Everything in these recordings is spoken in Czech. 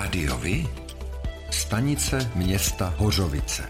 Rádiovi? Stanice města Hořovice.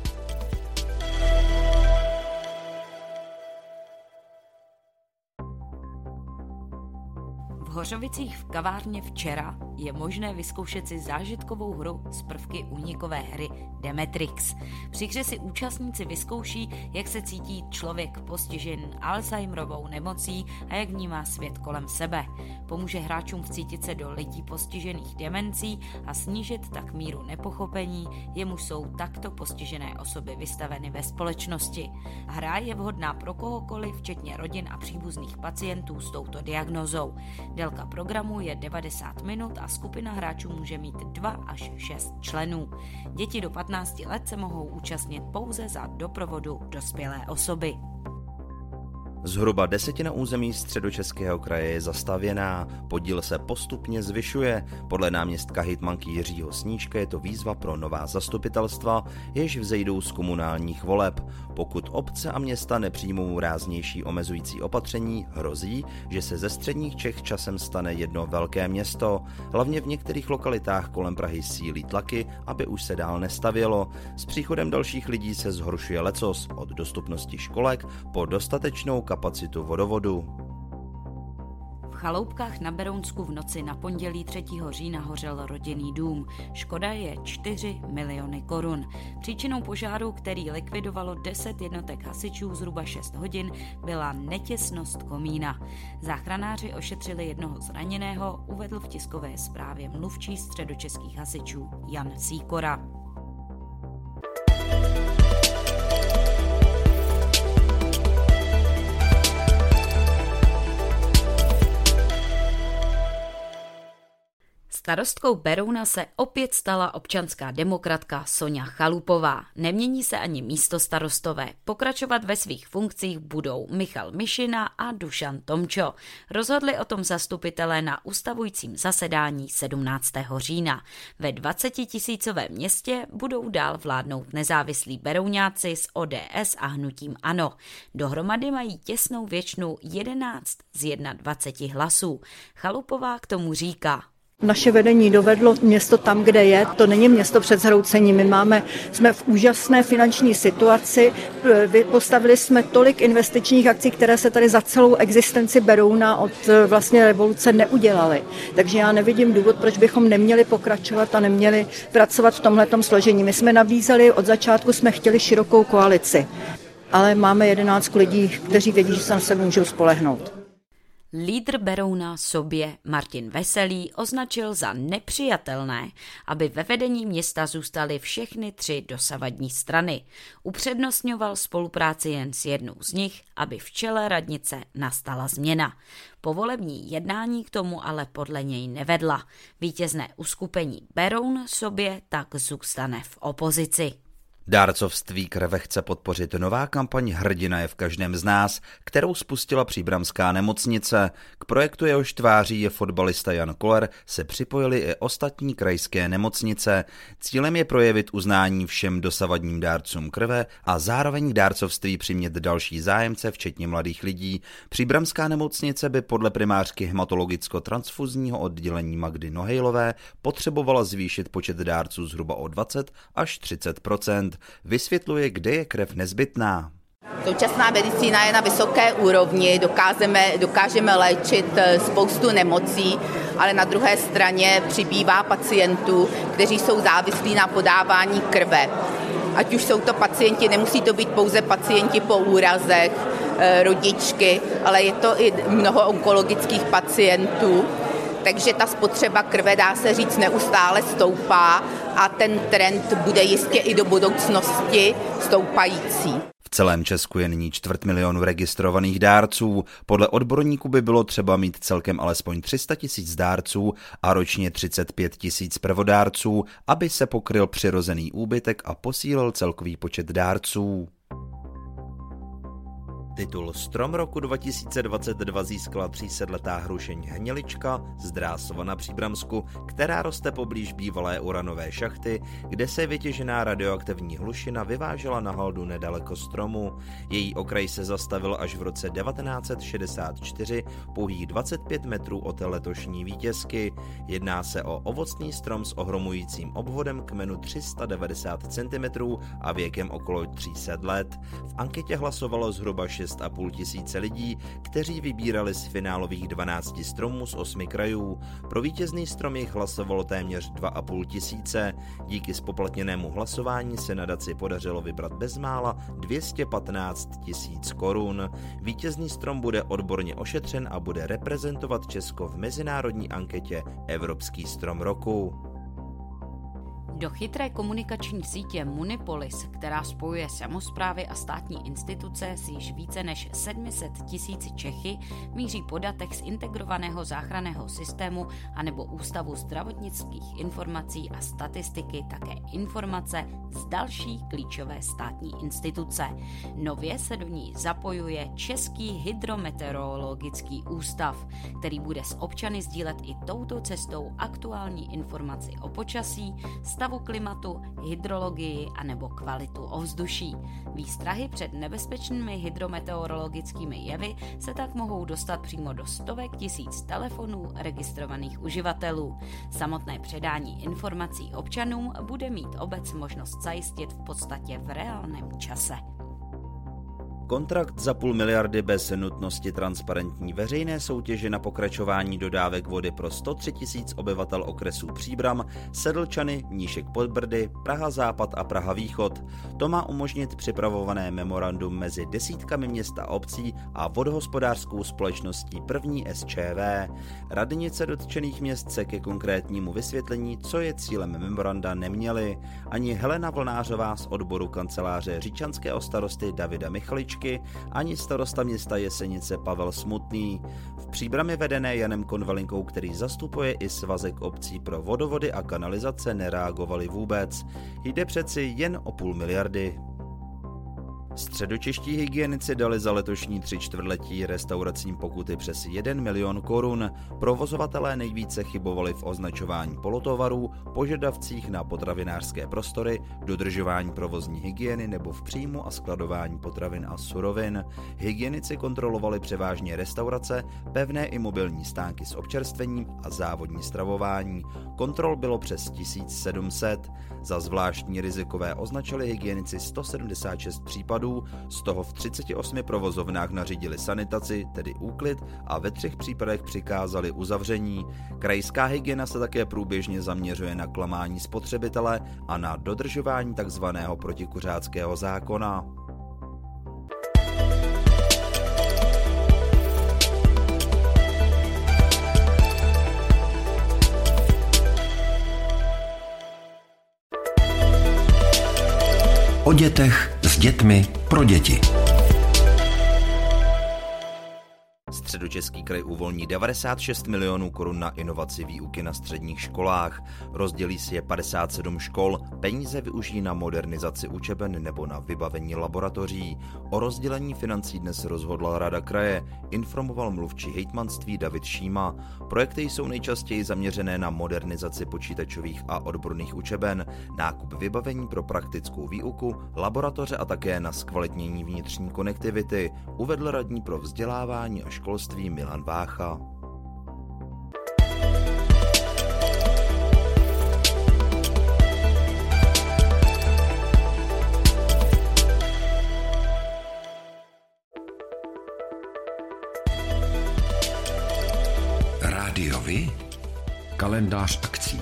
V Hořovicích v kavárně Včera je možné vyzkoušet si zážitkovou hru z prvky únikové hry Demetrix. Při hře si účastníci vyzkouší, jak se cítí člověk postižen Alzheimerovou nemocí a jak vnímá svět kolem sebe. Pomůže hráčům vcítit se do lidí postižených demencí a snížit tak míru nepochopení, jemuž jsou takto postižené osoby vystaveny ve společnosti. Hra je vhodná pro kohokoliv, včetně rodin a příbuzných pacientů s touto diagnózou. Délka programu je 90 minut a skupina hráčů může mít 2 až 6 členů. Děti do 15 let se mohou účastnit pouze za doprovodu dospělé osoby. Zhruba 1/10 území Středočeského kraje je zastavěná, podíl se postupně zvyšuje. Podle náměstka hejtmanky Jiřího Snížka je to výzva pro nová zastupitelstva, jež vzejdou z komunálních voleb. Pokud obce a města nepřijmou ráznější omezující opatření, hrozí, že se ze středních Čech časem stane jedno velké město. Hlavně v některých lokalitách kolem Prahy sílí tlaky, aby už se dál nestavělo. S příchodem dalších lidí se zhoršuje lecos, od dostupnosti školek po dostatečnou kapacitu vodovodu. V Chaloupkách na Berounsku v noci na pondělí 3. října hořel rodinný dům. Škoda je 4 miliony korun. Příčinou požáru, který likvidovalo 10 jednotek hasičů zhruba 6 hodin, byla netěsnost komína. Záchranáři ošetřili jednoho zraněného, uvedl v tiskové zprávě mluvčí středočeských hasičů Jan Sýkora. Starostkou Berouna se opět stala občanská demokratka Soňa Chalupová. Nemění se ani místostarostové. Pokračovat ve svých funkcích budou Michal Mišina a Dušan Tomčo. Rozhodli o tom zastupitelé na ustavujícím zasedání 17. října. Ve 20 000 městě budou dál vládnout nezávislí berouňáci s ODS a hnutím ANO. Dohromady mají těsnou většinu 11 z 21 hlasů. Chalupová k tomu říká: Naše vedení dovedlo město tam, kde je. To není město před zhroucením. Jsme v úžasné finanční situaci. Postavili jsme tolik investičních akcí, které se tady za celou existenci Berouna od vlastně revoluce neudělaly. Takže já nevidím důvod, proč bychom neměli pokračovat a neměli pracovat v tomhletom složení. My jsme nabízeli, od začátku jsme chtěli širokou koalici, ale máme 11 lidí, kteří vědí, že se na sebe můžou spolehnout. Lídr Berouna sobě Martin Veselý označil za nepřijatelné, aby ve vedení města zůstaly všechny 3 dosavadní strany. Upřednostňoval spolupráci jen s jednou z nich, aby v čele radnice nastala změna. Povolební jednání k tomu ale podle něj nevedla. Vítězné uskupení Beroun sobě tak zůstane v opozici. Dárcovství krve chce podpořit nová kampaň Hrdina je v každém z nás, kterou spustila příbramská nemocnice. K projektu jehož tváří je fotbalista Jan Koller se připojili i ostatní krajské nemocnice. Cílem je projevit uznání všem dosavadním dárcům krve a zároveň k dárcovství přimět další zájemce, včetně mladých lidí. Příbramská nemocnice by podle primářky hematologicko-transfuzního oddělení Magdy Nohejlové potřebovala zvýšit počet dárců zhruba o 20 až 30%. Vysvětluje, kde je krev nezbytná. Současná medicína je na vysoké úrovni, dokážeme léčit spoustu nemocí, ale na druhé straně přibývá pacientů, kteří jsou závislí na podávání krve. Ať už jsou to pacienti, nemusí to být pouze pacienti po úrazech, rodičky, ale je to i mnoho onkologických pacientů. Takže ta spotřeba krve, dá se říct, neustále stoupá a ten trend bude jistě i do budoucnosti stoupající. V celém Česku je nyní 250 000 registrovaných dárců. Podle odborníků by bylo třeba mít celkem alespoň 300 000 dárců a ročně 35 000 prvodárců, aby se pokryl přirozený úbytek a posílil celkový počet dárců. Titul Strom roku 2022 získala 300letá hrušeň Hnělička z Drásova na Příbramsku, která roste poblíž bývalé uranové šachty, kde se vytěžená radioaktivní hlušina vyvážela na haldu nedaleko stromu. Její okraj se zastavil až v roce 1964, pouhých 25 metrů od letošní vítězky. Jedná se o ovocný strom s ohromujícím obvodem kmenu 390 cm a věkem okolo 300 let. V anketě hlasovalo zhruba 6,5 tisíce lidí, kteří vybírali z finálových 12 stromů z 8 krajů. Pro vítězný strom jich hlasovalo téměř 2,5 tisíce. Díky spoplatněnému hlasování se nadaci podařilo vybrat bezmála 215 000 korun. Vítězný strom bude odborně ošetřen a bude reprezentovat Česko v mezinárodní anketě Evropský strom roku. Do chytré komunikační sítě Munipolis, která spojuje samosprávy a státní instituce s již více než 700 000 Čechy, míří po datech z integrovaného záchranného systému anebo Ústavu zdravotnických informací a statistiky také informace z další klíčové státní instituce. Nově se do ní zapojuje Český hydrometeorologický ústav, který bude s občany sdílet i touto cestou aktuální informaci o počasí, stavu klimatu, hydrologii a nebo kvalitu ovzduší. Výstrahy před nebezpečnými hydrometeorologickými jevy se tak mohou dostat přímo do stovek tisíc telefonů registrovaných uživatelů. Samotné předání informací občanům bude mít obec možnost zajistit v podstatě v reálném čase. Kontrakt za 500 miliardy bez nutnosti transparentní veřejné soutěže na pokračování dodávek vody pro 103 000 obyvatel okresů Příbram, Sedlčany, Mníšek pod Brdy, Praha Západ a Praha Východ. To má umožnit připravované memorandum mezi desítkami měst a obcí a vodohospodářskou společností První SČV. Radnice dotčených měst se ke konkrétnímu vysvětlení, co je cílem memoranda, neměly. Ani Helena Vlnářová z odboru kanceláře říčanského starosty Davida Michaličky, ani starosta města Jesenice Pavel Smutný. V Příbrami vedené Janem Konvalinkou, který zastupuje i svazek obcí pro vodovody a kanalizace, nereagovali vůbec. Jde přeci jen o 500 miliardy. Středočeští hygienici dali za letošní 3/4 restauracím pokuty přes 1 milion korun. Provozovatelé nejvíce chybovali v označování polotovarů, požadavcích na potravinářské prostory, dodržování provozní hygieny nebo v příjmu a skladování potravin a surovin. Hygienici kontrolovali převážně restaurace, pevné i mobilní stánky s občerstvením a závodní stravování. Kontrol bylo přes 1700. Za zvláštní rizikové označili hygienici 176 případů, z toho v 38 provozovnách nařídili sanitaci, tedy úklid, a ve 3 případech přikázali uzavření. Krajská hygiena se také průběžně zaměřuje na klamání spotřebitele a na dodržování tzv. Protikuřáckého zákona. O dětech, s dětmi, pro děti. Středočeský kraj uvolní 96 milionů korun na inovaci výuky na středních školách. Rozdělí si je 57 škol, peníze využijí na modernizaci učeben nebo na vybavení laboratoří. O rozdělení financí dnes rozhodla Rada kraje, informoval mluvčí hejtmanství David Šíma. Projekty jsou nejčastěji zaměřené na modernizaci počítačových a odborných učeben, nákup vybavení pro praktickou výuku, laboratoře a také na zkvalitnění vnitřní konektivity, uvedl radní pro vzdělávání a školství Milan Vácha. Rádiovi? Kalendář akcí.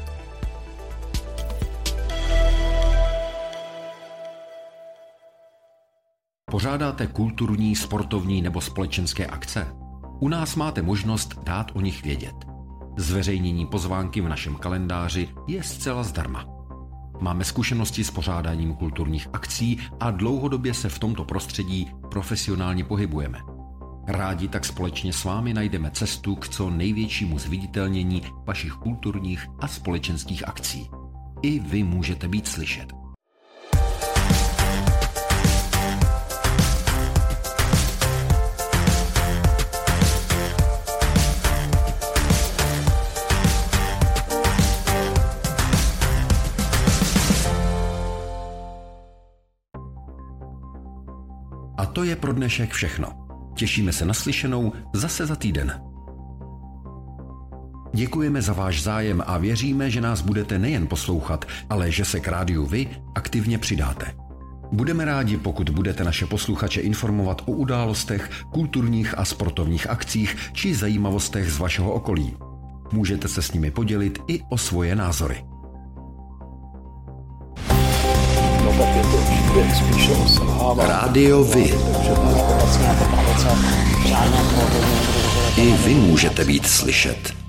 Pořádáte kulturní, sportovní nebo společenské akce? U nás máte možnost dát o nich vědět. Zveřejnění pozvánky v našem kalendáři je zcela zdarma. Máme zkušenosti s pořádáním kulturních akcí a dlouhodobě se v tomto prostředí profesionálně pohybujeme. Rádi tak společně s vámi najdeme cestu k co největšímu zviditelnění vašich kulturních a společenských akcí. I vy můžete být slyšet. to je pro dnešek všechno. Těšíme se na slyšenou zase za týden. Děkujeme za váš zájem a věříme, že nás budete nejen poslouchat, ale že se k rádiu vy aktivně přidáte. Budeme rádi, pokud budete naše posluchače informovat o událostech, kulturních a sportovních akcích či zajímavostech z vašeho okolí. Můžete se s nimi podělit i o svoje názory. Rádio Vy. I vy můžete být slyšet.